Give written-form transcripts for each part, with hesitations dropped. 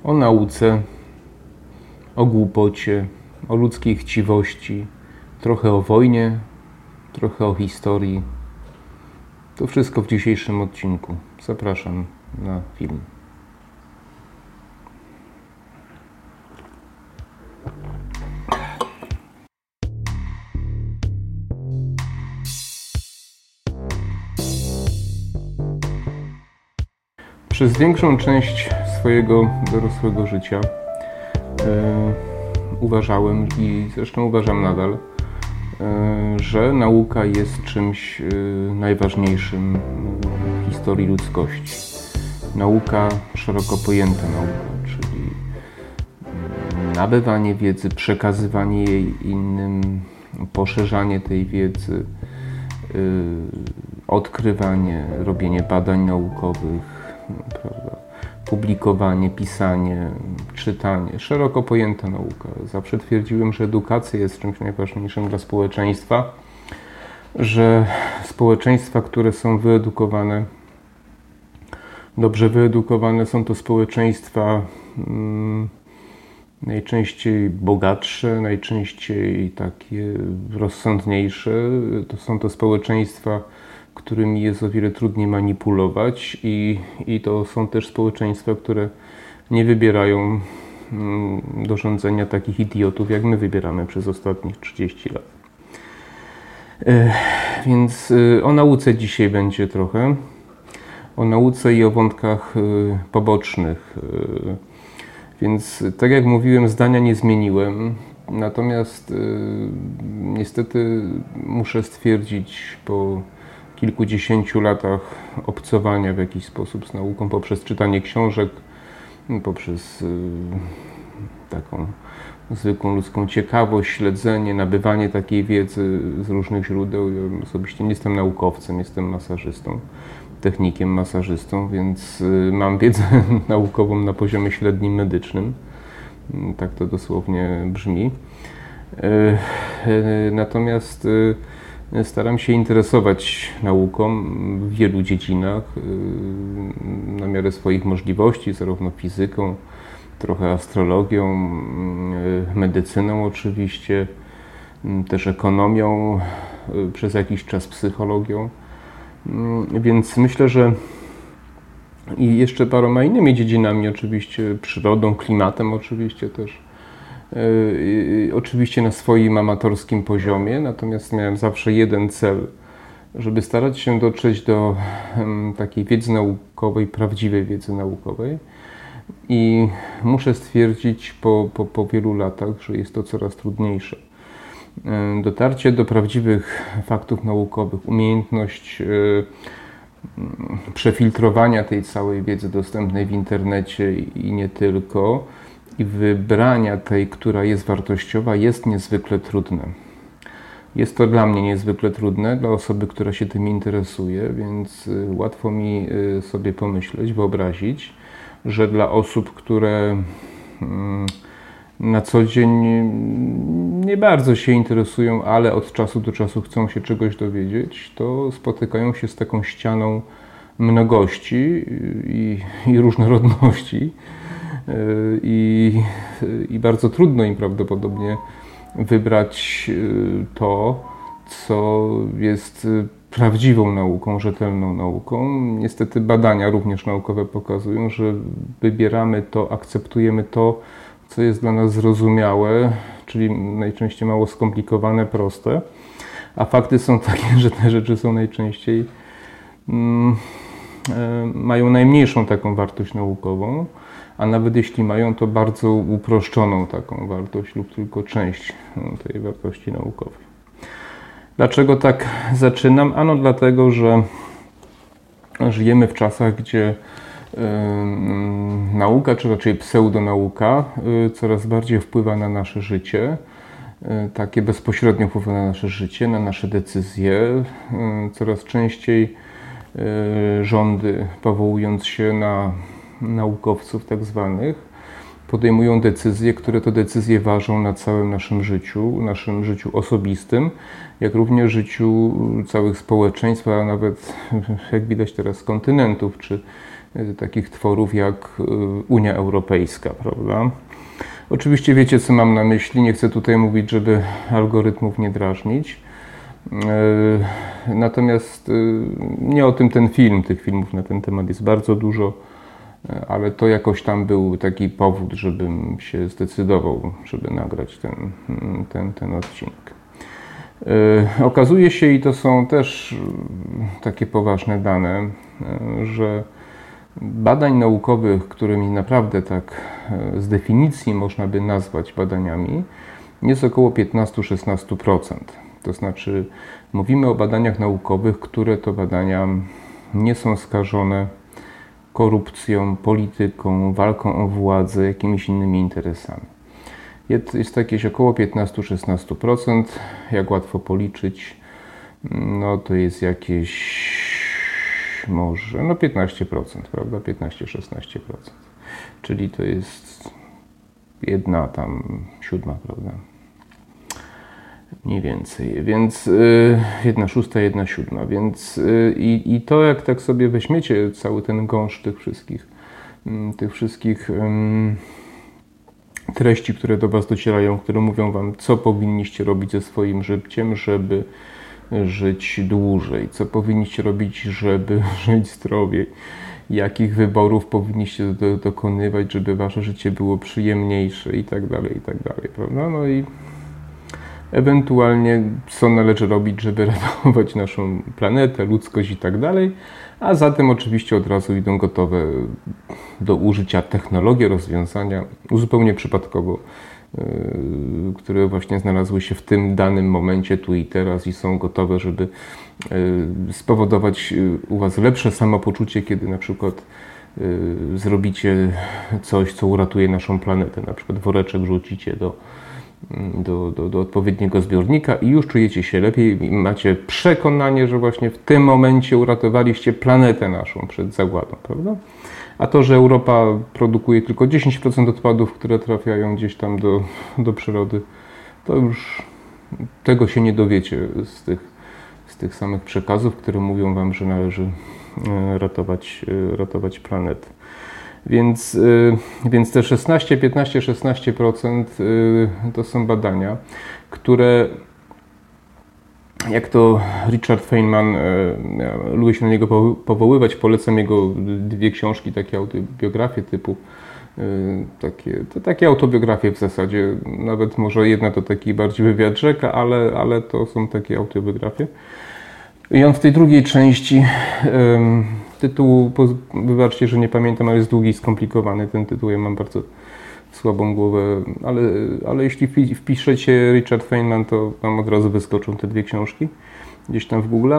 o nauce, o głupocie, o ludzkiej chciwości, trochę o wojnie, trochę o historii. To wszystko w dzisiejszym odcinku. Zapraszam na film. Przez większą część swojego dorosłego życia uważałem i zresztą uważam nadal, że nauka jest czymś najważniejszym w historii ludzkości. Nauka, szeroko pojęta nauka, czyli nabywanie wiedzy, przekazywanie jej innym, poszerzanie tej wiedzy, odkrywanie, robienie badań naukowych, prawda? Publikowanie, pisanie, czytanie, szeroko pojęta nauka. Zawsze twierdziłem, że edukacja jest czymś najważniejszym dla społeczeństwa, że społeczeństwa, które są wyedukowane, dobrze wyedukowane, są to społeczeństwa najczęściej bogatsze, najczęściej takie rozsądniejsze. To są to społeczeństwa, którymi jest o wiele trudniej manipulować i to są też społeczeństwa, które nie wybierają do rządzenia takich idiotów, jak my wybieramy przez ostatnich 30 lat. Więc o nauce dzisiaj będzie trochę. O nauce i o wątkach pobocznych. Więc tak jak mówiłem, zdania nie zmieniłem. Natomiast niestety muszę stwierdzić po kilkudziesięciu latach obcowania w jakiś sposób z nauką, poprzez czytanie książek, poprzez taką zwykłą ludzką ciekawość, śledzenie, nabywanie takiej wiedzy z różnych źródeł. Ja osobiście nie jestem naukowcem, jestem masażystą, technikiem masażystą, więc mam wiedzę naukową na poziomie średnim medycznym. Tak to dosłownie brzmi. Natomiast staram się interesować nauką w wielu dziedzinach, na miarę swoich możliwości, zarówno fizyką, trochę astrologią, medycyną oczywiście, też ekonomią, przez jakiś czas psychologią. Więc myślę, że i jeszcze paroma innymi dziedzinami, oczywiście przyrodą, klimatem oczywiście też. Oczywiście na swoim amatorskim poziomie, natomiast miałem zawsze jeden cel, żeby starać się dotrzeć do takiej wiedzy naukowej, prawdziwej wiedzy naukowej. I muszę stwierdzić po wielu latach, że jest to coraz trudniejsze. Dotarcie do prawdziwych faktów naukowych, umiejętność przefiltrowania tej całej wiedzy dostępnej w internecie i nie tylko, i wybrania tej, która jest wartościowa, jest niezwykle trudne. Jest to dla mnie niezwykle trudne, dla osoby, która się tym interesuje, więc łatwo mi sobie pomyśleć, wyobrazić, że dla osób, które na co dzień nie bardzo się interesują, ale od czasu do czasu chcą się czegoś dowiedzieć, to spotykają się z taką ścianą mnogości i różnorodności. I bardzo trudno im prawdopodobnie wybrać to, co jest prawdziwą nauką, rzetelną nauką. Niestety badania również naukowe pokazują, że wybieramy to, akceptujemy to, co jest dla nas zrozumiałe, czyli najczęściej mało skomplikowane, proste, a fakty są takie, że te rzeczy są najczęściej mają najmniejszą taką wartość naukową, a nawet jeśli mają, to bardzo uproszczoną taką wartość lub tylko część tej wartości naukowej. Dlaczego tak zaczynam? Ano dlatego, że żyjemy w czasach, gdzie nauka, czy raczej pseudonauka, coraz bardziej wpływa na nasze życie, takie bezpośrednio wpływa na nasze życie, na nasze decyzje. Coraz częściej rządy, powołując się na naukowców tak zwanych, podejmują decyzje, które to decyzje ważą na całym naszym życiu osobistym, jak również życiu całych społeczeństw, a nawet, jak widać teraz, kontynentów, czy takich tworów jak Unia Europejska, prawda? Oczywiście wiecie, co mam na myśli, nie chcę tutaj mówić, żeby algorytmów nie drażnić. Natomiast nie o tym ten film, tych filmów na ten temat jest bardzo dużo, ale to jakoś tam był taki powód, żebym się zdecydował, żeby nagrać ten odcinek. Okazuje się, i to są też takie poważne dane, że badań naukowych, którymi naprawdę tak z definicji można by nazwać badaniami, jest około 15-16%. To znaczy mówimy o badaniach naukowych, które to badania nie są skażone korupcją, polityką, walką o władzę, jakimiś innymi interesami. Jest to jakieś około 15-16%, jak łatwo policzyć, no to jest jakieś może 15%, prawda? 15-16%. Czyli to jest 1/7, prawda? Mniej więcej, więc 1/6, 1/7, więc i to jak tak sobie weźmiecie cały ten gąszcz tych wszystkich treści, które do Was docierają, które mówią Wam, co powinniście robić ze swoim życiem, żeby żyć dłużej, co powinniście robić, żeby żyć zdrowiej, jakich wyborów powinniście dokonywać, żeby Wasze życie było przyjemniejsze i tak dalej, prawda? No i ewentualnie co należy robić, żeby ratować naszą planetę, ludzkość i tak dalej, a zatem oczywiście od razu idą gotowe do użycia technologie, rozwiązania zupełnie przypadkowo, które właśnie znalazły się w tym danym momencie, tu i teraz i są gotowe, żeby spowodować u Was lepsze samopoczucie, kiedy na przykład zrobicie coś, co uratuje naszą planetę, na przykład woreczek rzucicie do odpowiedniego zbiornika i już czujecie się lepiej i macie przekonanie, że właśnie w tym momencie uratowaliście planetę naszą przed zagładą, prawda? A to, że Europa produkuje tylko 10% odpadów, które trafiają gdzieś tam do przyrody, to już tego się nie dowiecie z tych samych przekazów, które mówią Wam, że należy ratować planetę. Więc te 15-16% to są badania, które, jak to Richard Feynman, lubię się na niego powoływać, polecam jego 2 książki, takie autobiografie typu, takie autobiografie w zasadzie, nawet może jedna to taki bardziej wywiad rzeka, ale to są takie autobiografie. I on w tej drugiej części tytułu, wybaczcie, że nie pamiętam, ale jest długi i skomplikowany ten tytuł, ja mam bardzo słabą głowę, ale jeśli wpiszecie Richard Feynman, to Wam od razu wyskoczą te 2 książki gdzieś tam w Google.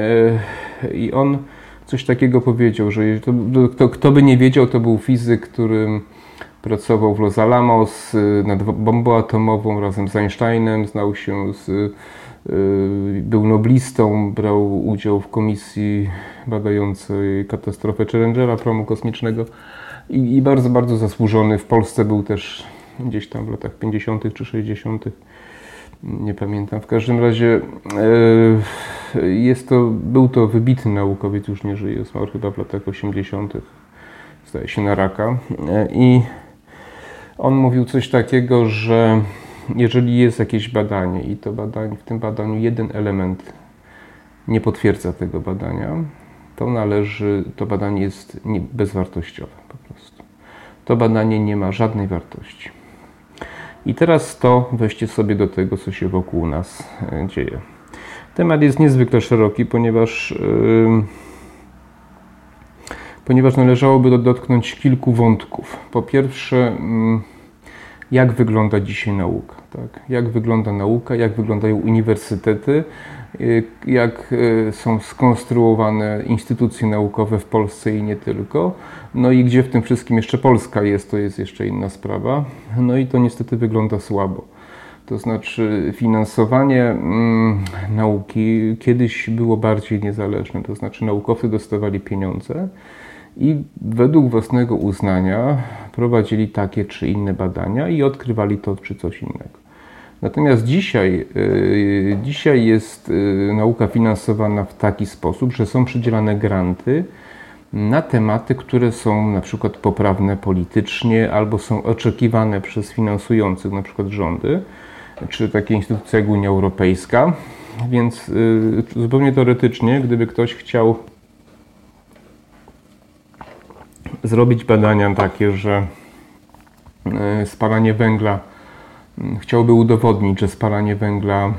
I on coś takiego powiedział, że kto by nie wiedział, to był fizyk, który pracował w Los Alamos nad bombą atomową razem z Einsteinem, znał się był noblistą, brał udział w komisji badającej katastrofę Challengera, promu kosmicznego i bardzo, bardzo zasłużony. W Polsce był też gdzieś tam w latach 50. czy 60. Nie pamiętam. W każdym razie był to wybitny naukowiec, już nie żyje, zmarł chyba w latach 80. Zdaje się na raka. I on mówił coś takiego, że jeżeli jest jakieś badanie i w tym badaniu jeden element nie potwierdza tego badania, to badanie jest bezwartościowe po prostu. To badanie nie ma żadnej wartości. I teraz weźcie sobie do tego, co się wokół nas dzieje. Temat jest niezwykle szeroki, ponieważ należałoby dotknąć kilku wątków. Po pierwsze, jak wygląda dzisiaj nauka, tak? Jak wygląda nauka, jak wyglądają uniwersytety, jak są skonstruowane instytucje naukowe w Polsce i nie tylko. No i gdzie w tym wszystkim jeszcze Polska jest, to jest jeszcze inna sprawa. No i to niestety wygląda słabo. To znaczy finansowanie nauki kiedyś było bardziej niezależne, to znaczy naukowcy dostawali pieniądze i według własnego uznania prowadzili takie czy inne badania i odkrywali to czy coś innego. Natomiast dzisiaj jest nauka finansowana w taki sposób, że są przydzielane granty na tematy, które są na przykład poprawne politycznie albo są oczekiwane przez finansujących, na przykład rządy, czy takie instytucje jak Unia Europejska. Więc zupełnie teoretycznie, gdyby ktoś chciał zrobić badania takie, że spalanie węgla, chciałby udowodnić, że spalanie węgla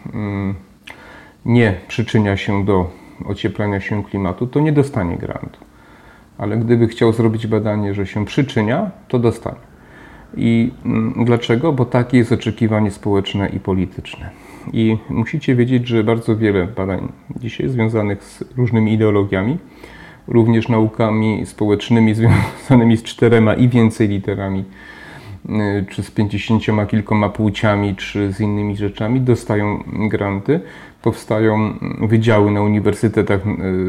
nie przyczynia się do ocieplania się klimatu, to nie dostanie grantu. Ale gdyby chciał zrobić badanie, że się przyczynia, to dostanie. I dlaczego? Bo takie jest oczekiwanie społeczne i polityczne. I musicie wiedzieć, że bardzo wiele badań dzisiaj związanych z różnymi ideologiami, również naukami społecznymi związanymi z 4 i więcej literami, czy z 50 kilkoma płciami, czy z innymi rzeczami, dostają granty. Powstają wydziały na uniwersytetach,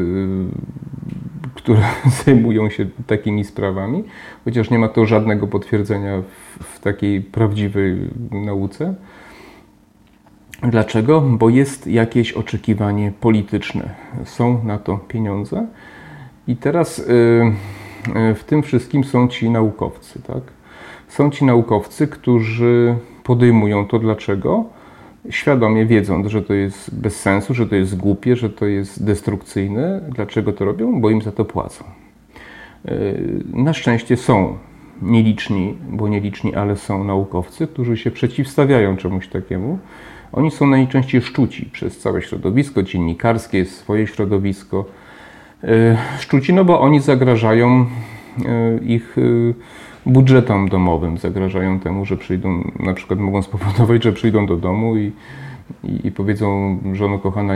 które zajmują się takimi sprawami, chociaż nie ma to żadnego potwierdzenia w takiej prawdziwej nauce. Dlaczego? Bo jest jakieś oczekiwanie polityczne. Są na to pieniądze. I teraz w tym wszystkim są ci naukowcy, tak? Są ci naukowcy, którzy podejmują to. Dlaczego? Świadomie wiedząc, że to jest bez sensu, że to jest głupie, że to jest destrukcyjne. Dlaczego to robią? Bo im za to płacą. Na szczęście są nieliczni, bo nieliczni, ale są naukowcy, którzy się przeciwstawiają czemuś takiemu. Oni są najczęściej szczuci przez całe środowisko dziennikarskie, swoje środowisko. Szczuci, no bo oni zagrażają ich budżetom domowym, zagrażają temu, że przyjdą, na przykład mogą spowodować, że przyjdą do domu i powiedzą: żono kochana,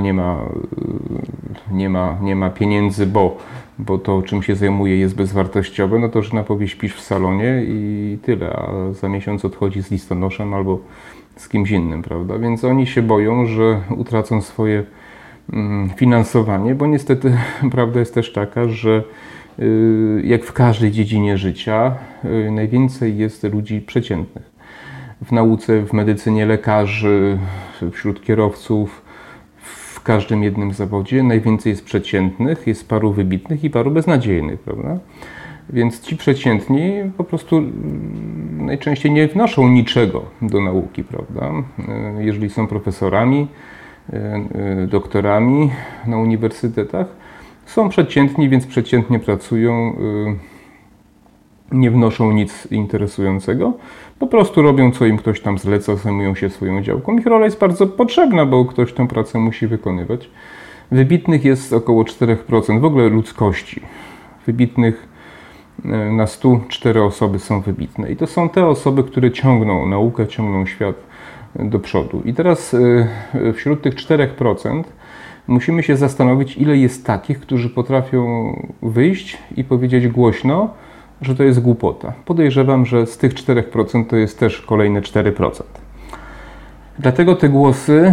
nie ma pieniędzy, bo to, czym się zajmuje, jest bezwartościowe. No to żona powie: śpisz w salonie i tyle, a za miesiąc odchodzi z listonoszem albo z kimś innym, prawda? Więc oni się boją, że utracą swoje finansowanie, bo niestety prawda jest też taka, że jak w każdej dziedzinie życia najwięcej jest ludzi przeciętnych. W nauce, w medycynie lekarzy, wśród kierowców, w każdym jednym zawodzie najwięcej jest przeciętnych, jest paru wybitnych i paru beznadziejnych, prawda? Więc ci przeciętni po prostu najczęściej nie wnoszą niczego do nauki, prawda? Jeżeli są profesorami, doktorami na uniwersytetach, są przeciętni, więc przeciętnie pracują, nie wnoszą nic interesującego, po prostu robią, co im ktoś tam zleca, zajmują się swoją działką. Ich rola jest bardzo potrzebna, bo ktoś tę pracę musi wykonywać. Wybitnych jest około 4% w ogóle ludzkości. Wybitnych na 104 osoby są wybitne. I to są te osoby, które ciągną naukę, ciągną świat do przodu. I teraz wśród tych 4% musimy się zastanowić, ile jest takich, którzy potrafią wyjść i powiedzieć głośno, że to jest głupota. Podejrzewam, że z tych 4% to jest też kolejne 4%. Dlatego te głosy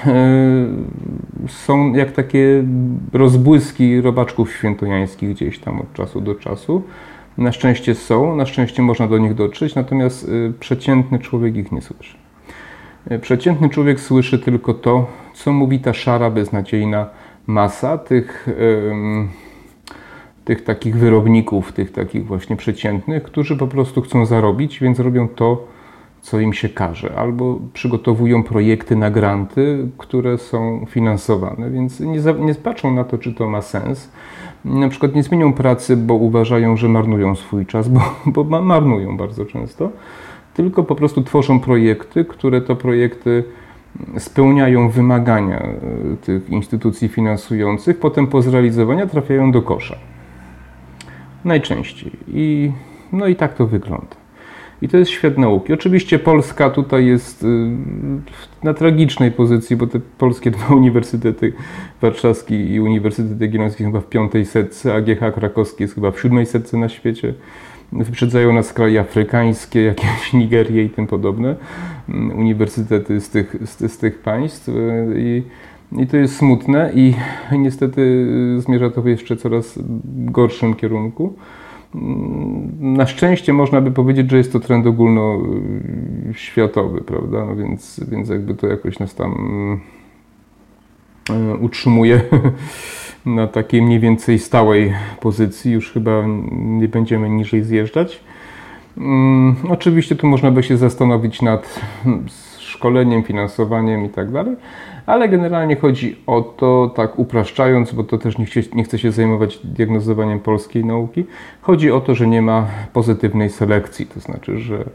są jak takie rozbłyski robaczków świętojańskich gdzieś tam od czasu do czasu. Na szczęście są, na szczęście można do nich dotrzeć, natomiast przeciętny człowiek ich nie słyszy. Przeciętny człowiek słyszy tylko to, co mówi ta szara, beznadziejna masa tych takich wyrobników, tych takich właśnie przeciętnych, którzy po prostu chcą zarobić, więc robią to, co im się każe, albo przygotowują projekty na granty, które są finansowane, więc nie patrzą na to, czy to ma sens. Na przykład nie zmienią pracy, bo uważają, że marnują swój czas, bo marnują bardzo często, tylko po prostu tworzą projekty, które to projekty spełniają wymagania tych instytucji finansujących, potem po zrealizowaniu trafiają do kosza. Najczęściej. No i tak to wygląda. I to jest świat nauki. Oczywiście Polska tutaj jest na tragicznej pozycji, bo te polskie 2 uniwersytety, warszawski i Uniwersytet Jagielloński, chyba w 5. setce, a AGH krakowski jest chyba w 7. setce na świecie. Wyprzedzają nas kraje afrykańskie, jakieś Nigerię i tym podobne uniwersytety z tych państw. I to jest smutne i niestety zmierza to w jeszcze coraz gorszym kierunku. Na szczęście można by powiedzieć, że jest to trend ogólnoświatowy, prawda? No więc jakby to jakoś nas tam utrzymuje na takiej mniej więcej stałej pozycji. Już chyba nie będziemy niżej zjeżdżać. Oczywiście tu można by się zastanowić nad szkoleniem, finansowaniem i tak dalej, ale generalnie chodzi o to, tak upraszczając, bo to też nie chcę się zajmować diagnozowaniem polskiej nauki, chodzi o to, że nie ma pozytywnej selekcji, to znaczy, że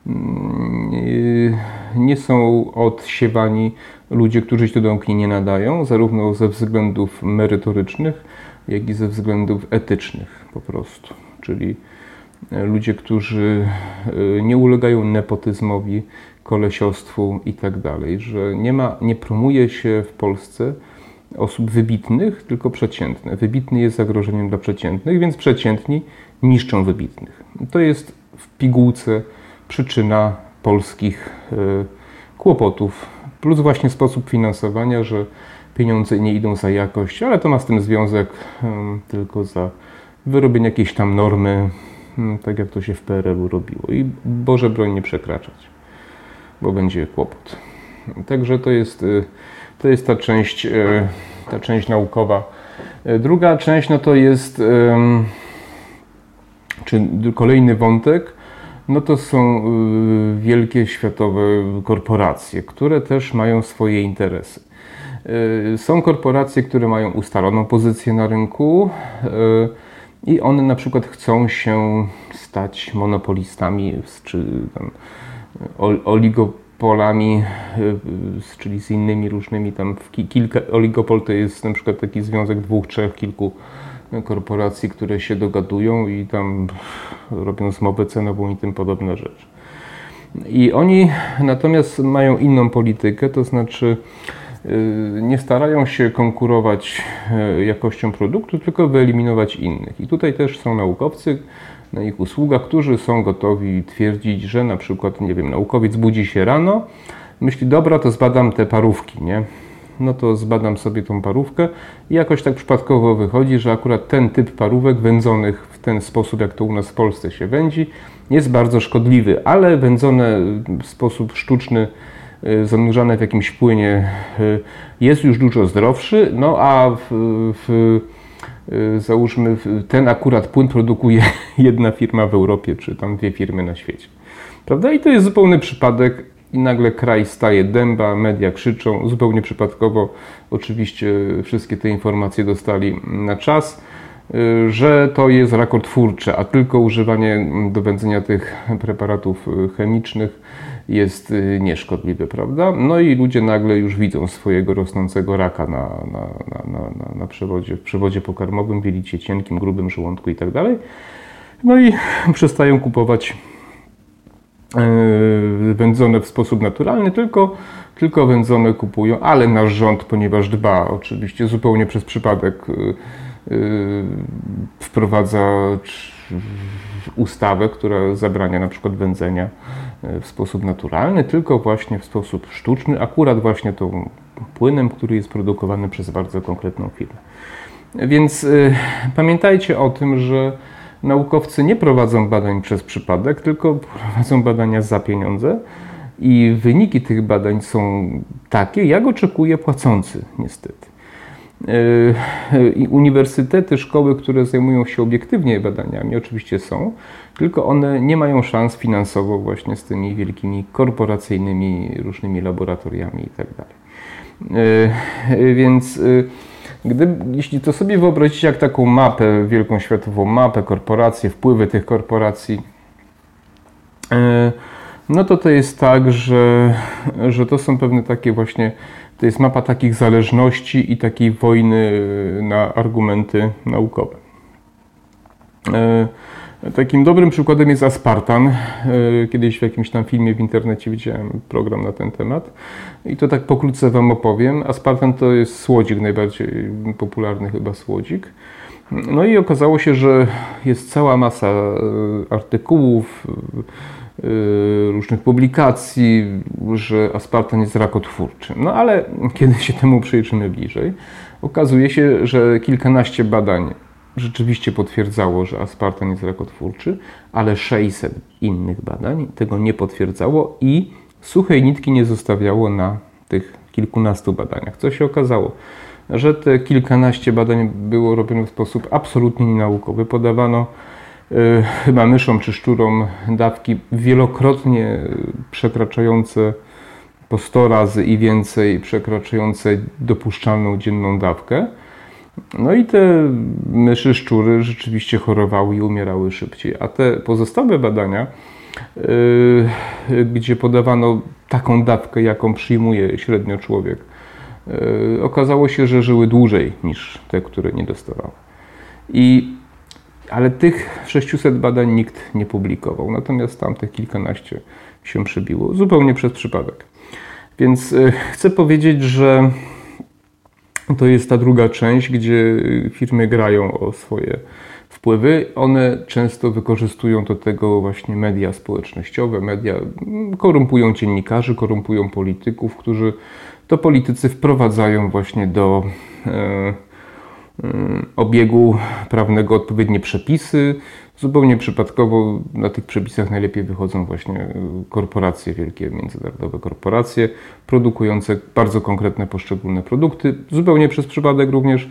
nie są odsiewani ludzie, którzy się do nauki nie nadają, zarówno ze względów merytorycznych, jak i ze względów etycznych po prostu, czyli ludzie, którzy nie ulegają nepotyzmowi, kolesiostwu i tak dalej, że nie promuje się w Polsce osób wybitnych, tylko przeciętne. Wybitny jest zagrożeniem dla przeciętnych, więc przeciętni niszczą wybitnych. To jest w pigułce przyczyna polskich kłopotów, plus właśnie sposób finansowania, że pieniądze nie idą za jakość, ale to ma z tym związek tylko za wyrobienie jakiejś tam normy, tak jak to się w PRL-u robiło. I Boże broń nie przekraczać, bo będzie kłopot. Także to jest ta część naukowa. Druga część no to jest, czy kolejny wątek, no to są wielkie światowe korporacje, które też mają swoje interesy. Są korporacje, które mają ustaloną pozycję na rynku i one na przykład chcą się stać monopolistami, czy tam oligopolami, czyli z innymi różnymi tam oligopol to jest na przykład taki związek 2, 3, kilku korporacji, które się dogadują i tam robią zmowę cenową i tym podobne rzeczy. I oni natomiast mają inną politykę, to znaczy nie starają się konkurować jakością produktu, tylko wyeliminować innych. I tutaj też są naukowcy na ich usługach, którzy są gotowi twierdzić, że na przykład, nie wiem, naukowiec budzi się rano, myśli, dobra, to zbadam te parówki, nie? No to zbadam sobie tą parówkę i jakoś tak przypadkowo wychodzi, że akurat ten typ parówek wędzonych w ten sposób, jak to u nas w Polsce się wędzi, jest bardzo szkodliwy, ale wędzone w sposób sztuczny, zanurzane w jakimś płynie jest już dużo zdrowszy, no a załóżmy ten akurat płyn produkuje jedna firma w Europie, czy tam 2 firmy na świecie. Prawda? I to jest zupełny przypadek i nagle kraj staje dęba, media krzyczą, zupełnie przypadkowo oczywiście wszystkie te informacje dostali na czas, że to jest rakotwórcze, a tylko używanie do wędzenia tych preparatów chemicznych jest nieszkodliwe, prawda? No i ludzie nagle już widzą swojego rosnącego raka na przewodzie, w przewodzie pokarmowym, w jelicie cienkim, grubym żołądku i tak dalej. No i przestają kupować wędzone w sposób naturalny, tylko wędzone kupują, ale nasz rząd, ponieważ dba, oczywiście zupełnie przez przypadek wprowadza ustawę, która zabrania na przykład wędzenia w sposób naturalny, tylko właśnie w sposób sztuczny, akurat właśnie tą płynem, który jest produkowany przez bardzo konkretną firmę. Więc pamiętajcie o tym, że naukowcy nie prowadzą badań przez przypadek, tylko prowadzą badania za pieniądze i wyniki tych badań są takie, jak oczekuje płacący, niestety. I uniwersytety, szkoły, które zajmują się obiektywnie badaniami, oczywiście są, tylko one nie mają szans finansowo właśnie z tymi wielkimi korporacyjnymi różnymi laboratoriami i tak dalej. Więc jeśli to sobie wyobrazicie jak taką mapę, wielką światową mapę, korporacje, wpływy tych korporacji, no to jest tak, że to są pewne takie właśnie, to jest mapa takich zależności i takiej wojny na argumenty naukowe. Takim dobrym przykładem jest aspartan. Kiedyś w jakimś tam filmie w internecie widziałem program na ten temat i to tak pokrótce Wam opowiem. Aspartan to jest słodzik, najbardziej popularny chyba słodzik. No i okazało się, że jest cała masa artykułów, różnych publikacji, że aspartan jest rakotwórczy. No ale kiedy się temu przyjrzymy bliżej, okazuje się, że kilkanaście badań rzeczywiście potwierdzało, że aspartan jest rakotwórczy, ale 600 innych badań tego nie potwierdzało i suchej nitki nie zostawiało na tych kilkunastu badaniach. Co się okazało? Że te kilkanaście badań było robione w sposób absolutnie nienaukowy. Podawano chyba myszom czy szczurom dawki wielokrotnie przekraczające po 100 razy i więcej, przekraczające dopuszczalną dzienną dawkę. No i te myszy, szczury rzeczywiście chorowały i umierały szybciej. A te pozostałe badania, gdzie podawano taką dawkę, jaką przyjmuje średnio człowiek, okazało się, że żyły dłużej niż te, które nie dostawały. Ale tych 600 badań nikt nie publikował, natomiast tamtych kilkanaście się przebiło, zupełnie przez przypadek. Więc chcę powiedzieć, że to jest ta druga część, gdzie firmy grają o swoje wpływy. One często wykorzystują do tego właśnie media społecznościowe, media korumpują dziennikarzy, korumpują polityków, którzy to politycy wprowadzają właśnie do obiegu prawnego odpowiednie przepisy. Zupełnie przypadkowo na tych przepisach najlepiej wychodzą właśnie korporacje, wielkie międzynarodowe korporacje, produkujące bardzo konkretne poszczególne produkty. Zupełnie przez przypadek również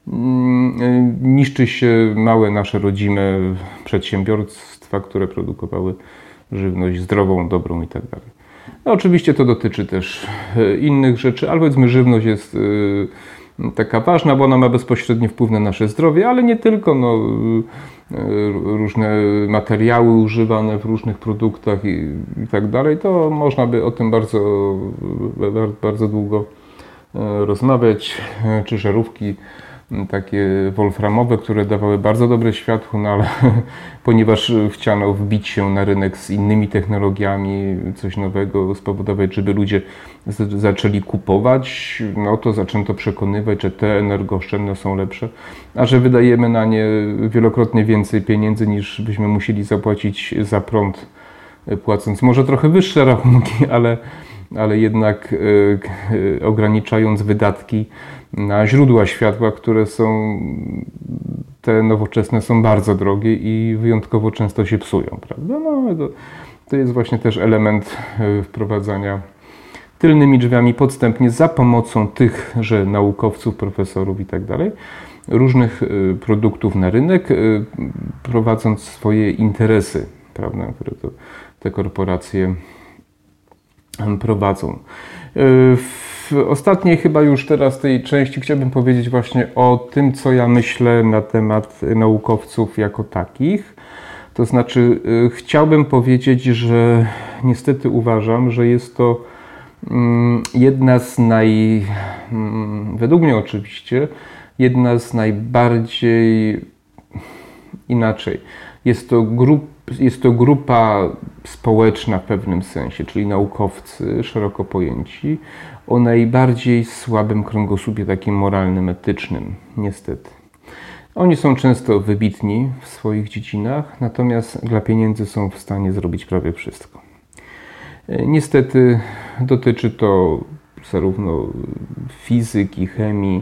niszczy się małe nasze rodzime przedsiębiorstwa, które produkowały żywność zdrową, dobrą i tak dalej. No, oczywiście to dotyczy też innych rzeczy, ale powiedzmy żywność jest taka ważna, bo ona ma bezpośredni wpływ na nasze zdrowie, ale nie tylko. No, różne materiały używane w różnych produktach i tak dalej, to można by o tym bardzo, bardzo długo rozmawiać. Czy żarówki takie wolframowe, które dawały bardzo dobre światło, no ale ponieważ chciano wbić się na rynek z innymi technologiami, coś nowego spowodować, żeby ludzie zaczęli kupować, no to zaczęto przekonywać, że te energooszczędne są lepsze, a że wydajemy na nie wielokrotnie więcej pieniędzy niż byśmy musieli zapłacić za prąd, płacąc może trochę wyższe rachunki, ale jednak ograniczając wydatki na źródła światła, które są, te nowoczesne są bardzo drogie i wyjątkowo często się psują, prawda? No, to jest właśnie też element wprowadzania tylnymi drzwiami podstępnie za pomocą tychże naukowców, profesorów i tak dalej, różnych produktów na rynek, prowadząc swoje interesy, prawda, które to te korporacje prowadzą. W ostatniej chyba już teraz tej części chciałbym powiedzieć właśnie o tym, co ja myślę na temat naukowców jako takich. To znaczy chciałbym powiedzieć, że niestety uważam, że jest to jedna z według mnie oczywiście, jedna z najbardziej inaczej. Jest to grupa społeczna w pewnym sensie, czyli naukowcy szeroko pojęci, o najbardziej słabym kręgosłupie takim moralnym, etycznym, niestety. Oni są często wybitni w swoich dziedzinach, natomiast dla pieniędzy są w stanie zrobić prawie wszystko. Niestety dotyczy to zarówno fizyki, chemii,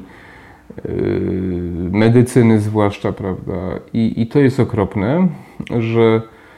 medycyny zwłaszcza, prawda? I to jest okropne, że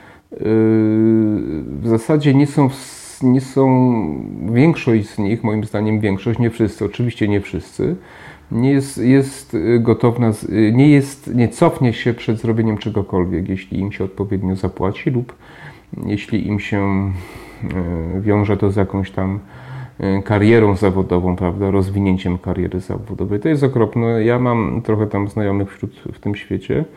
w zasadzie nie są, większość z nich, moim zdaniem większość, nie wszyscy, oczywiście nie wszyscy, jest gotowna, nie cofnie się przed zrobieniem czegokolwiek, jeśli im się odpowiednio zapłaci lub jeśli im się wiąże to z jakąś tam karierą zawodową, prawda, rozwinięciem kariery zawodowej. To jest okropne. Ja mam trochę tam znajomych w tym świecie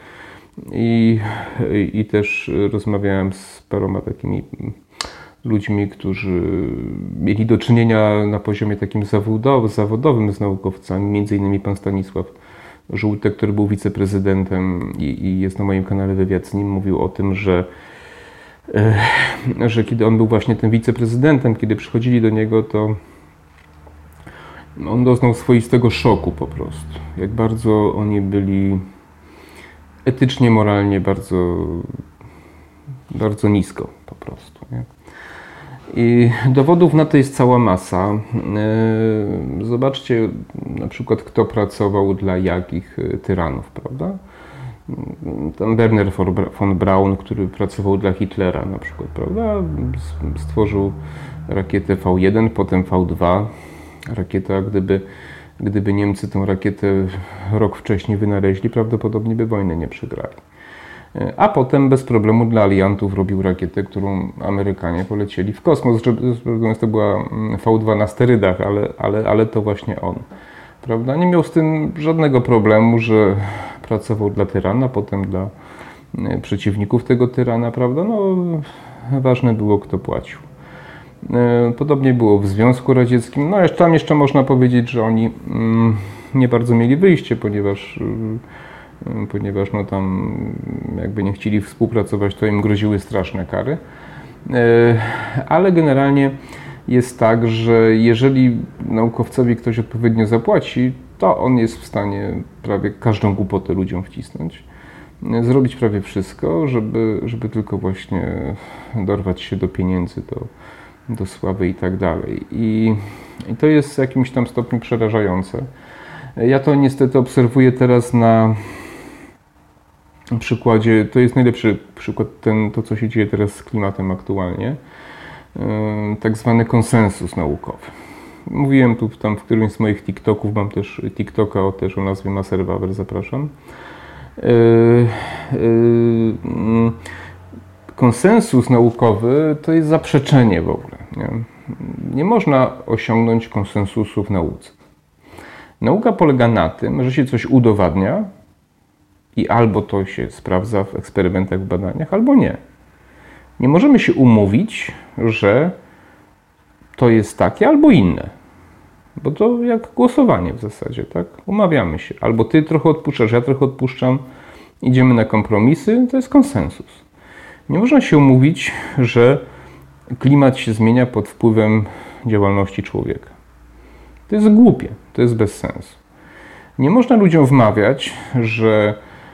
i też rozmawiałem z paroma takimi ludźmi, którzy mieli do czynienia na poziomie takim zawodowym z naukowcami, między innymi pan Stanisław Żółtek, który był wiceprezydentem i jest na moim kanale wywiad z nim, mówił o tym, że kiedy on był właśnie tym wiceprezydentem, kiedy przychodzili do niego, to on doznał swoistego szoku po prostu. Jak bardzo oni byli etycznie, moralnie bardzo, bardzo nisko po prostu. Nie? I dowodów na to jest cała masa. Zobaczcie na przykład, kto pracował dla jakich tyranów, prawda? Tam Werner von Braun, który pracował dla Hitlera na przykład, prawda? Stworzył rakietę V1, potem V2, rakieta, gdyby Niemcy tę rakietę rok wcześniej wynaleźli, prawdopodobnie by wojny nie przegrali. A potem bez problemu dla aliantów robił rakietę, którą Amerykanie polecieli w kosmos. To była V2 na sterydach, ale to właśnie on. Prawda? Nie miał z tym żadnego problemu, że pracował dla tyrana, potem dla przeciwników tego tyrana, prawda? No, ważne było, kto płacił. Podobnie było w Związku Radzieckim. No, tam jeszcze można powiedzieć, że oni nie bardzo mieli wyjście, ponieważ no tam jakby nie chcieli współpracować, to im groziły straszne kary. Ale generalnie jest tak, że jeżeli naukowcowi ktoś odpowiednio zapłaci, to on jest w stanie prawie każdą głupotę ludziom wcisnąć. Zrobić prawie wszystko, żeby tylko właśnie dorwać się do pieniędzy, do sławy i tak dalej. I to jest w jakimś tam stopniu przerażające. Ja to niestety obserwuję teraz na przykładzie, to jest najlepszy przykład, to co się dzieje teraz z klimatem aktualnie, tak zwany konsensus naukowy. Mówiłem tu tam w którymś z moich TikToków, mam też TikToka też o nazwie Maserwawer, zapraszam. Konsensus naukowy to jest zaprzeczenie w ogóle. Nie można osiągnąć konsensusu w nauce. Nauka polega na tym, że się coś udowadnia i albo to się sprawdza w eksperymentach, w badaniach, albo nie. Nie możemy się umówić, że to jest takie albo inne. Bo to jak głosowanie w zasadzie, tak? Umawiamy się. Albo ty trochę odpuszczasz, ja trochę odpuszczam, idziemy na kompromisy, to jest konsensus. Nie można się umówić, że klimat się zmienia pod wpływem działalności człowieka. To jest głupie, to jest bez sensu. Nie można ludziom wmawiać, że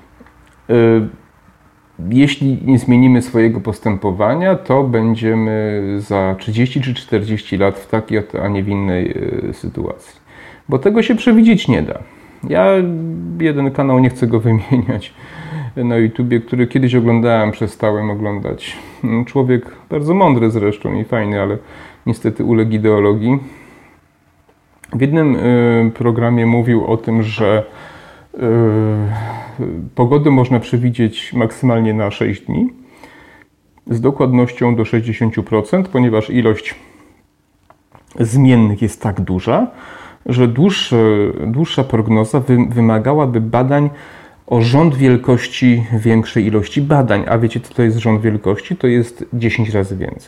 jeśli nie zmienimy swojego postępowania, to będziemy za 30 czy 40 lat w takiej, a nie w innej sytuacji. Bo tego się przewidzieć nie da. Ja jeden kanał, nie chcę go wymieniać, na YouTubie, który kiedyś oglądałem, przestałem oglądać. Człowiek bardzo mądry zresztą i fajny, ale niestety uległ ideologii. W jednym programie mówił o tym, że pogodę można przewidzieć maksymalnie na 6 dni z dokładnością do 60%, ponieważ ilość zmiennych jest tak duża, że dłuższa prognoza wymagałaby badań o rząd wielkości większej ilości badań. A wiecie, co to jest rząd wielkości? To jest 10 razy więcej.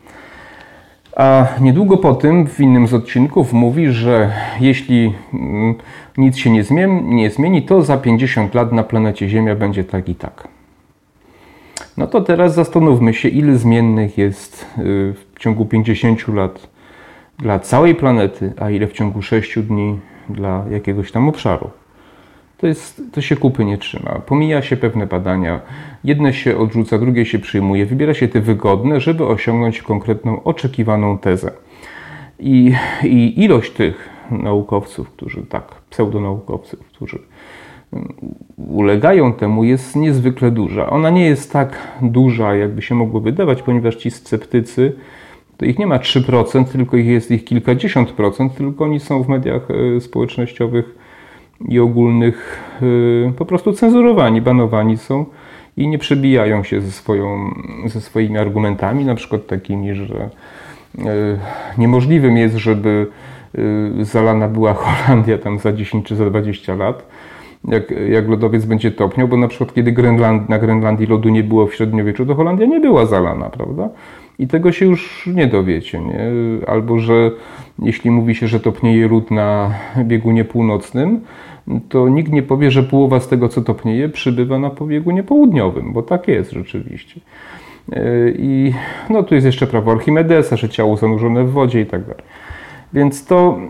A niedługo po tym w innym z odcinków mówi, że jeśli nic się nie zmieni, to za 50 lat na planecie Ziemia będzie tak i tak. No to teraz zastanówmy się, ile zmiennych jest w ciągu 50 lat dla całej planety, a ile w ciągu 6 dni dla jakiegoś tam obszaru. To się kupy nie trzyma. Pomija się pewne badania. Jedne się odrzuca, drugie się przyjmuje. Wybiera się te wygodne, żeby osiągnąć konkretną, oczekiwaną tezę. I ilość tych naukowców, pseudonaukowców, którzy ulegają temu, jest niezwykle duża. Ona nie jest tak duża, jakby się mogło wydawać, ponieważ ci sceptycy, to ich nie ma 3%, tylko jest ich kilkadziesiąt procent, tylko oni są w mediach społecznościowych i ogólnych po prostu cenzurowani, banowani są i nie przebijają się ze swoimi argumentami, na przykład takimi, że niemożliwym jest, żeby zalana była Holandia tam za 10 czy za 20 lat, jak lodowiec będzie topniał, bo na przykład kiedy na Grenlandii lodu nie było w średniowieczu, to Holandia nie była zalana, prawda? I tego się już nie dowiecie, nie? Albo, że jeśli mówi się, że topnieje lód na biegunie północnym, to nikt nie powie, że połowa z tego, co topnieje, przybywa na biegunie południowym, bo tak jest rzeczywiście. I no tu jest jeszcze prawo Archimedesa, że ciało zanurzone w wodzie i tak dalej. Więc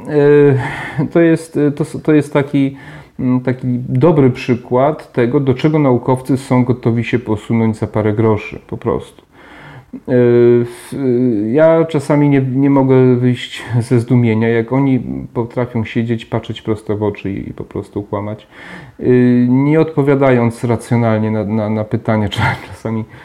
to jest taki dobry przykład tego, do czego naukowcy są gotowi się posunąć za parę groszy, po prostu. Ja czasami nie mogę wyjść ze zdumienia, jak oni potrafią siedzieć, patrzeć prosto w oczy i po prostu kłamać, nie odpowiadając racjonalnie na pytania. Czasami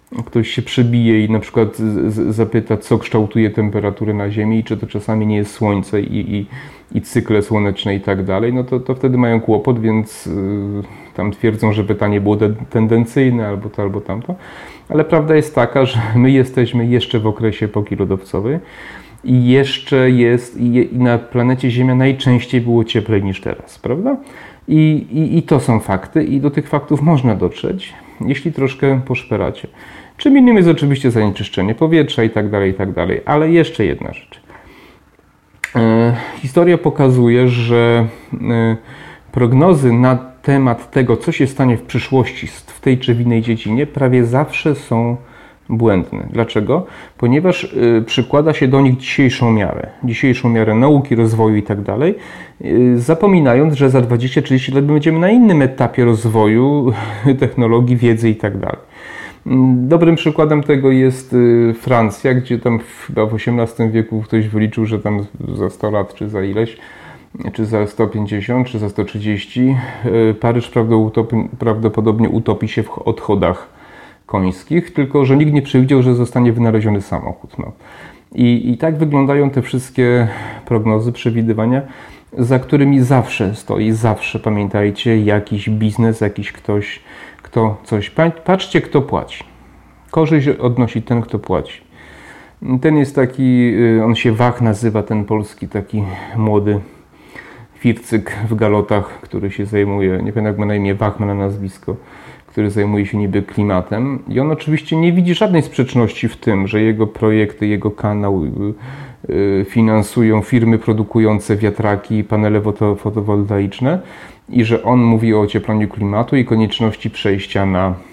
ktoś się przebije i na przykład zapyta, co kształtuje temperaturę na Ziemi i czy to czasami nie jest Słońce i cykle słoneczne i tak dalej, no to wtedy mają kłopot, więc tam twierdzą, że pytanie było tendencyjne albo to, albo tamto. Ale prawda jest taka, że my jesteśmy jeszcze w okresie epoki lodowcowej i jeszcze jest, i na planecie Ziemia najczęściej było cieplej niż teraz, prawda? I to są fakty i do tych faktów można dotrzeć, jeśli troszkę poszperacie. Czym innym jest oczywiście zanieczyszczenie powietrza i tak dalej, ale jeszcze jedna rzecz. Historia pokazuje, że prognozy na temat tego, co się stanie w przyszłości w tej czy w innej dziedzinie, prawie zawsze są błędne. Dlaczego? Ponieważ przykłada się do nich dzisiejszą miarę nauki, rozwoju i tak dalej, zapominając, że za 20-30 lat będziemy na innym etapie rozwoju technologii, wiedzy i tak dalej. Dobrym przykładem tego jest Francja, gdzie tam chyba w XVIII wieku ktoś wyliczył, że tam za 100 lat czy za ileś, czy za 150, czy za 130, Paryż prawdopodobnie utopi się w odchodach końskich, tylko że nikt nie przewidział, że zostanie wynaleziony samochód. No. I tak wyglądają te wszystkie prognozy, przewidywania, za którymi zawsze pamiętajcie, jakiś biznes, jakiś ktoś, kto coś... Patrzcie, kto płaci. Korzyść odnosi ten, kto płaci. Ten jest taki, on się Wach nazywa, ten polski taki młody fircyk w galotach, który się zajmuje, nie pamiętam jak ma na imię, Wach ma na nazwisko, który zajmuje się niby klimatem. I on oczywiście nie widzi żadnej sprzeczności w tym, że jego projekty, jego kanał finansują firmy produkujące wiatraki i panele fotowoltaiczne i że on mówi o ocieplaniu klimatu i konieczności przejścia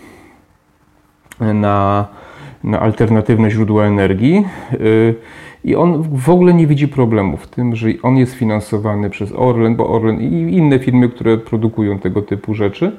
na alternatywne źródła energii. I on w ogóle nie widzi problemu w tym, że on jest finansowany przez Orlen, bo Orlen i inne firmy, które produkują tego typu rzeczy,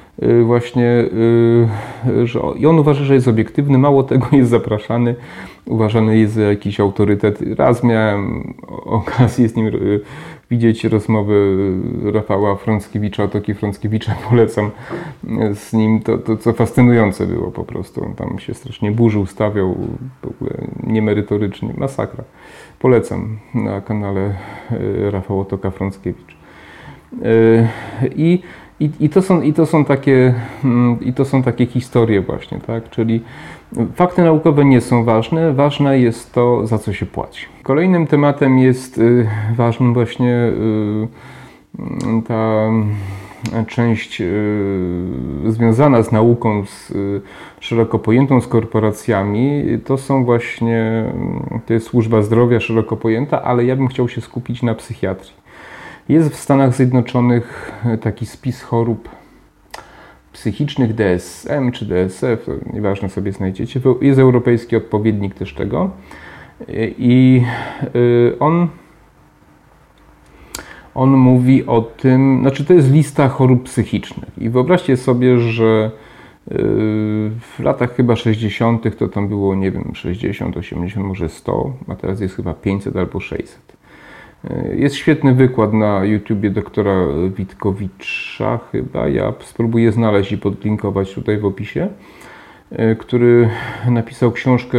i on uważa, że jest obiektywny, mało tego, jest zapraszany, uważany jest za jakiś autorytet. Raz miałem okazję z nim widzieć rozmowę Rafała Frąckiewicza, Otoki Frąckiewicza, polecam z nim, to co fascynujące było po prostu, on tam się strasznie burzył, stawiał, w ogóle niemerytorycznie, masakra. Polecam na kanale Rafał Otoka Frąckiewicz. I to są takie historie właśnie, tak? Czyli fakty naukowe nie są ważne, ważne jest to, za co się płaci. Kolejnym tematem jest ważnym właśnie ta część związana z nauką, szeroko pojętą, z korporacjami. To jest służba zdrowia szeroko pojęta, ale ja bym chciał się skupić na psychiatrii. Jest w Stanach Zjednoczonych taki spis chorób psychicznych, DSM czy DSF, nieważne, sobie znajdziecie. Jest europejski odpowiednik też tego. I on mówi o tym, znaczy to jest lista chorób psychicznych. I wyobraźcie sobie, że w latach chyba 60. to tam było, nie wiem, 60, 80, może 100, a teraz jest chyba 500 albo 600. Jest świetny wykład na YouTubie doktora Witkowicza chyba, ja spróbuję znaleźć i podlinkować tutaj w opisie, który napisał książkę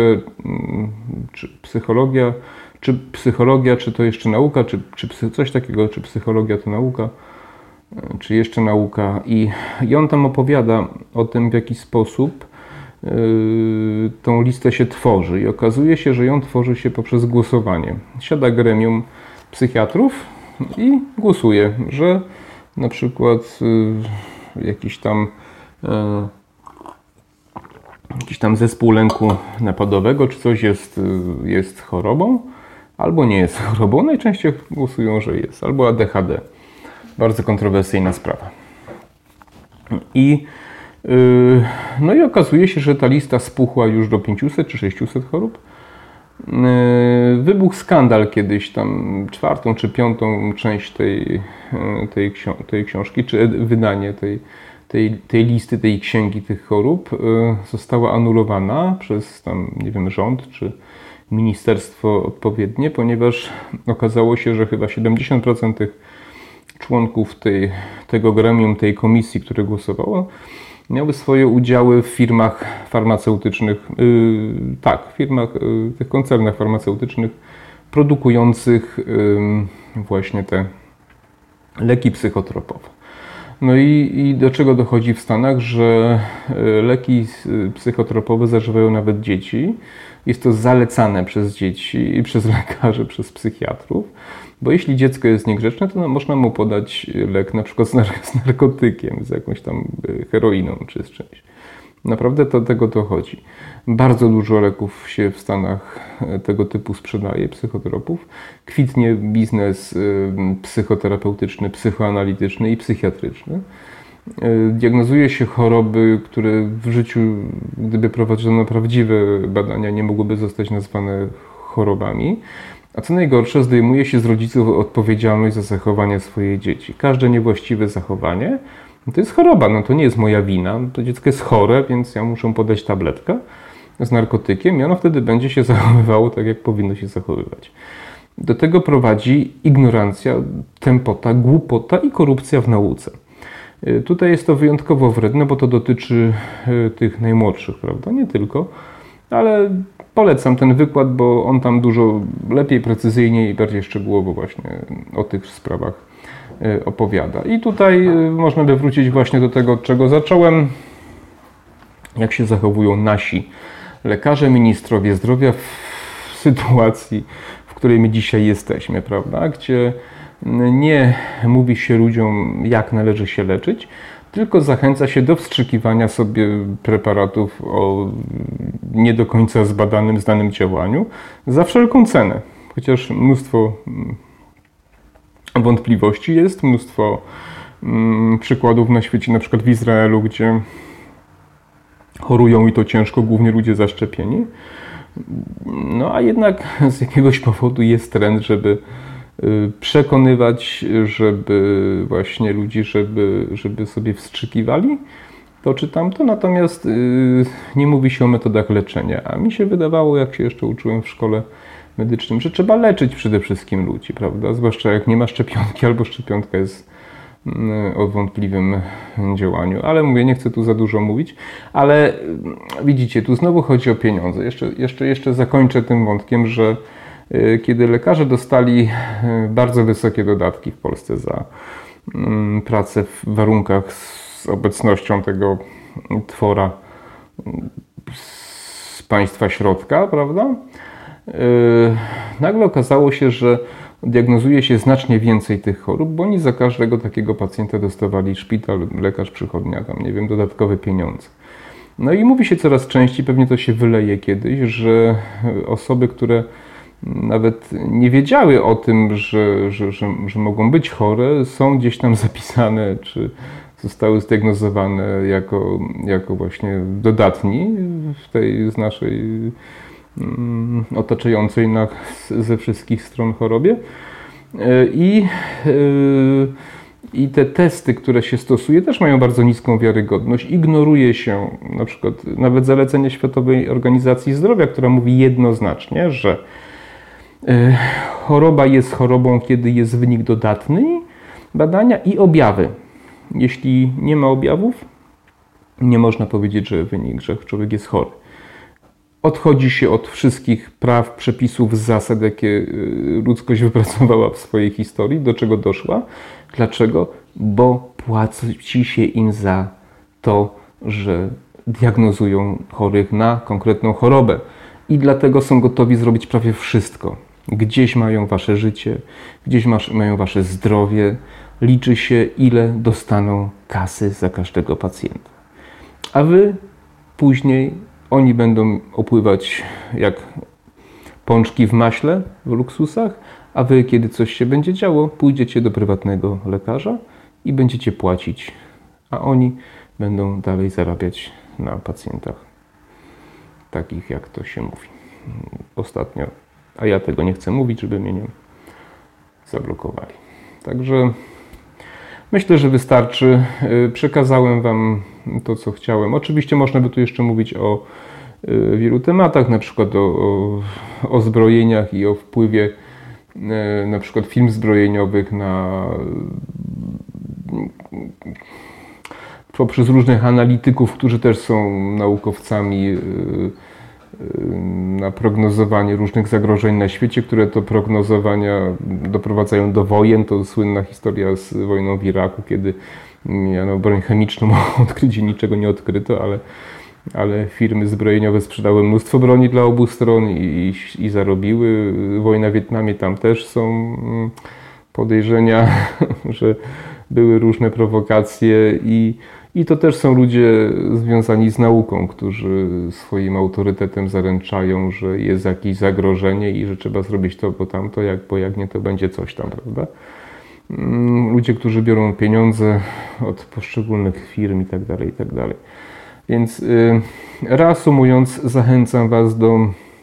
Psychologia, czy to jeszcze nauka, czy coś takiego, czy psychologia to nauka, czy jeszcze nauka. I on tam opowiada o tym, w jaki sposób tą listę się tworzy. I okazuje się, że ją tworzy się poprzez głosowanie. Siada gremium psychiatrów i głosuje, że na przykład jakiś tam zespół lęku napadowego czy coś jest chorobą, albo nie jest chorobą. Najczęściej głosują, że jest, albo ADHD. Bardzo kontrowersyjna sprawa. No i okazuje się, że ta lista spuchła już do 500 czy 600 chorób. Wybuchł skandal kiedyś, tam 4. czy 5. część tej książki, czy wydanie tej listy, tej księgi tych chorób została anulowana przez tam, nie wiem, rząd czy ministerstwo odpowiednie, ponieważ okazało się, że chyba 70% tych członków tego gremium, tej komisji, które głosowało, miały swoje udziały w firmach farmaceutycznych, firmach, tych koncernach farmaceutycznych produkujących właśnie te leki psychotropowe. No i do czego dochodzi w Stanach, że leki psychotropowe zażywają nawet dzieci. Jest to zalecane przez dzieci i przez lekarzy, przez psychiatrów, bo jeśli dziecko jest niegrzeczne, to można mu podać lek na przykład z narkotykiem, z jakąś tam heroiną czy z czymś. Naprawdę do tego dochodzi. Bardzo dużo leków się w Stanach tego typu sprzedaje, psychotropów. Kwitnie biznes psychoterapeutyczny, psychoanalityczny i psychiatryczny. Diagnozuje się choroby, które w życiu, gdyby prowadzono prawdziwe badania, nie mogłyby zostać nazwane chorobami. A co najgorsze, zdejmuje się z rodziców odpowiedzialność za zachowanie swojej dzieci. Każde niewłaściwe zachowanie to jest choroba, no to nie jest moja wina. To dziecko jest chore, więc ja muszę podać tabletkę z narkotykiem i ono wtedy będzie się zachowywało tak, jak powinno się zachowywać. Do tego prowadzi ignorancja, tępota, głupota i korupcja w nauce. Tutaj jest to wyjątkowo wredne, bo to dotyczy tych najmłodszych, prawda? Nie tylko, ale polecam ten wykład, bo on tam dużo lepiej, precyzyjniej i bardziej szczegółowo właśnie o tych sprawach opowiada. I tutaj można by wrócić właśnie do tego, od czego zacząłem, jak się zachowują nasi lekarze, ministrowie zdrowia w sytuacji, w której my dzisiaj jesteśmy, prawda? Gdzie nie mówi się ludziom, jak należy się leczyć, tylko zachęca się do wstrzykiwania sobie preparatów o nie do końca zbadanym, znanym działaniu za wszelką cenę. Chociaż mnóstwo wątpliwości jest, mnóstwo przykładów na świecie, na przykład w Izraelu, gdzie chorują i to ciężko, głównie ludzie zaszczepieni. No a jednak z jakiegoś powodu jest trend, żeby przekonywać, żeby właśnie ludzi, żeby sobie wstrzykiwali to czy tamto, natomiast nie mówi się o metodach leczenia. A mi się wydawało, jak się jeszcze uczyłem w szkole medycznym, że trzeba leczyć przede wszystkim ludzi, prawda? Zwłaszcza jak nie ma szczepionki albo szczepionka jest o wątpliwym działaniu. Ale mówię, nie chcę tu za dużo mówić, ale widzicie, tu znowu chodzi o pieniądze. Jeszcze zakończę tym wątkiem, że kiedy lekarze dostali bardzo wysokie dodatki w Polsce za pracę w warunkach z obecnością tego twora z państwa środka, prawda? Nagle okazało się, że diagnozuje się znacznie więcej tych chorób, bo oni za każdego takiego pacjenta dostawali szpital, lekarz, przychodnia, tam nie wiem, dodatkowe pieniądze. No i mówi się coraz częściej, pewnie to się wyleje kiedyś, że osoby, które nawet nie wiedziały o tym, że mogą być chore, są gdzieś tam zapisane, czy zostały zdiagnozowane jako właśnie dodatni w tej z naszej otaczającej nas ze wszystkich stron chorobie. I te testy, które się stosuje, też mają bardzo niską wiarygodność. Ignoruje się na przykład nawet zalecenie Światowej Organizacji Zdrowia, która mówi jednoznacznie, że choroba jest chorobą, kiedy jest wynik dodatny badania i objawy. Jeśli nie ma objawów, nie można powiedzieć, że człowiek jest chory. Odchodzi się od wszystkich praw, przepisów, zasad, jakie ludzkość wypracowała w swojej historii. Do czego doszła? Dlaczego? Bo płaci się im za to, że diagnozują chorych na konkretną chorobę. I dlatego są gotowi zrobić prawie wszystko. Gdzieś mają wasze życie, gdzieś mają wasze zdrowie. Liczy się, ile dostaną kasy za każdego pacjenta. A wy później oni będą opływać jak pączki w maśle, w luksusach, a wy, kiedy coś się będzie działo, pójdziecie do prywatnego lekarza i będziecie płacić, a oni będą dalej zarabiać na pacjentach takich, jak to się mówi ostatnio. A ja tego nie chcę mówić, żeby mnie nie zablokowali. Także myślę, że wystarczy. Przekazałem wam to, co chciałem. Oczywiście można by tu jeszcze mówić o wielu tematach, na przykład o zbrojeniach i o wpływie na przykład firm zbrojeniowych na poprzez różnych analityków, którzy też są naukowcami, na prognozowanie różnych zagrożeń na świecie, które to prognozowania doprowadzają do wojen. To słynna historia z wojną w Iraku, kiedy miano broń chemiczną odkryć i niczego nie odkryto, ale firmy zbrojeniowe sprzedały mnóstwo broni dla obu stron i zarobiły. Wojna w Wietnamie, tam też są podejrzenia, że były różne prowokacje i to też są ludzie związani z nauką, którzy swoim autorytetem zaręczają, że jest jakieś zagrożenie i że trzeba zrobić to, bo tamto, bo jak nie, to będzie coś tam, prawda? Ludzie, którzy biorą pieniądze od poszczególnych firm i tak dalej, i tak dalej. Więc reasumując, zachęcam Was do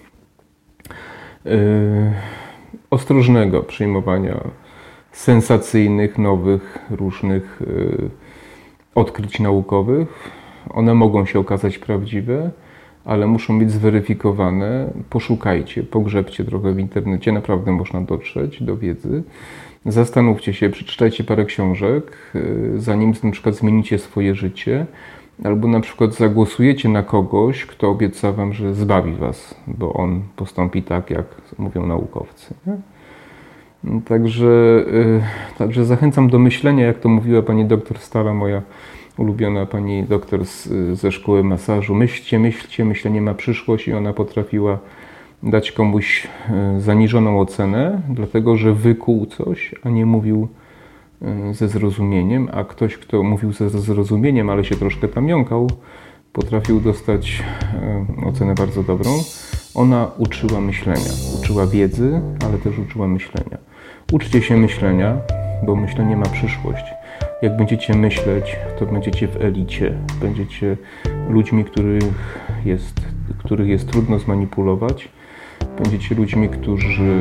ostrożnego przyjmowania sensacyjnych, nowych, różnych odkryć naukowych. One mogą się okazać prawdziwe, ale muszą być zweryfikowane. Poszukajcie, pogrzebcie trochę w internecie, naprawdę można dotrzeć do wiedzy. Zastanówcie się, przeczytajcie parę książek, zanim na przykład zmienicie swoje życie, albo na przykład zagłosujecie na kogoś, kto obieca Wam, że zbawi Was, bo on postąpi tak, jak mówią naukowcy. Nie? Także zachęcam do myślenia, jak to mówiła pani doktor Stara, moja ulubiona pani doktor ze szkoły masażu. Myślcie, myślcie, myślenie ma przyszłość i ona potrafiła dać komuś zaniżoną ocenę, dlatego że wykuł coś, a nie mówił ze zrozumieniem, a ktoś, kto mówił ze zrozumieniem, ale się troszkę tam jąkał, potrafił dostać ocenę bardzo dobrą. Ona uczyła myślenia, uczyła wiedzy, ale też uczyła myślenia. Uczcie się myślenia, bo myślenie ma przyszłość. Jak będziecie myśleć, to będziecie w elicie. Będziecie ludźmi, których jest trudno zmanipulować. Będziecie ludźmi, którzy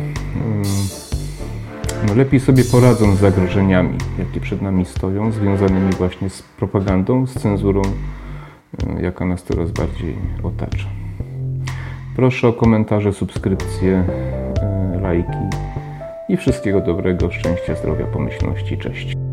lepiej sobie poradzą z zagrożeniami, jakie przed nami stoją, związanymi właśnie z propagandą, z cenzurą, jaka nas coraz bardziej otacza. Proszę o komentarze, subskrypcje, lajki i wszystkiego dobrego, szczęścia, zdrowia, pomyślności. Cześć.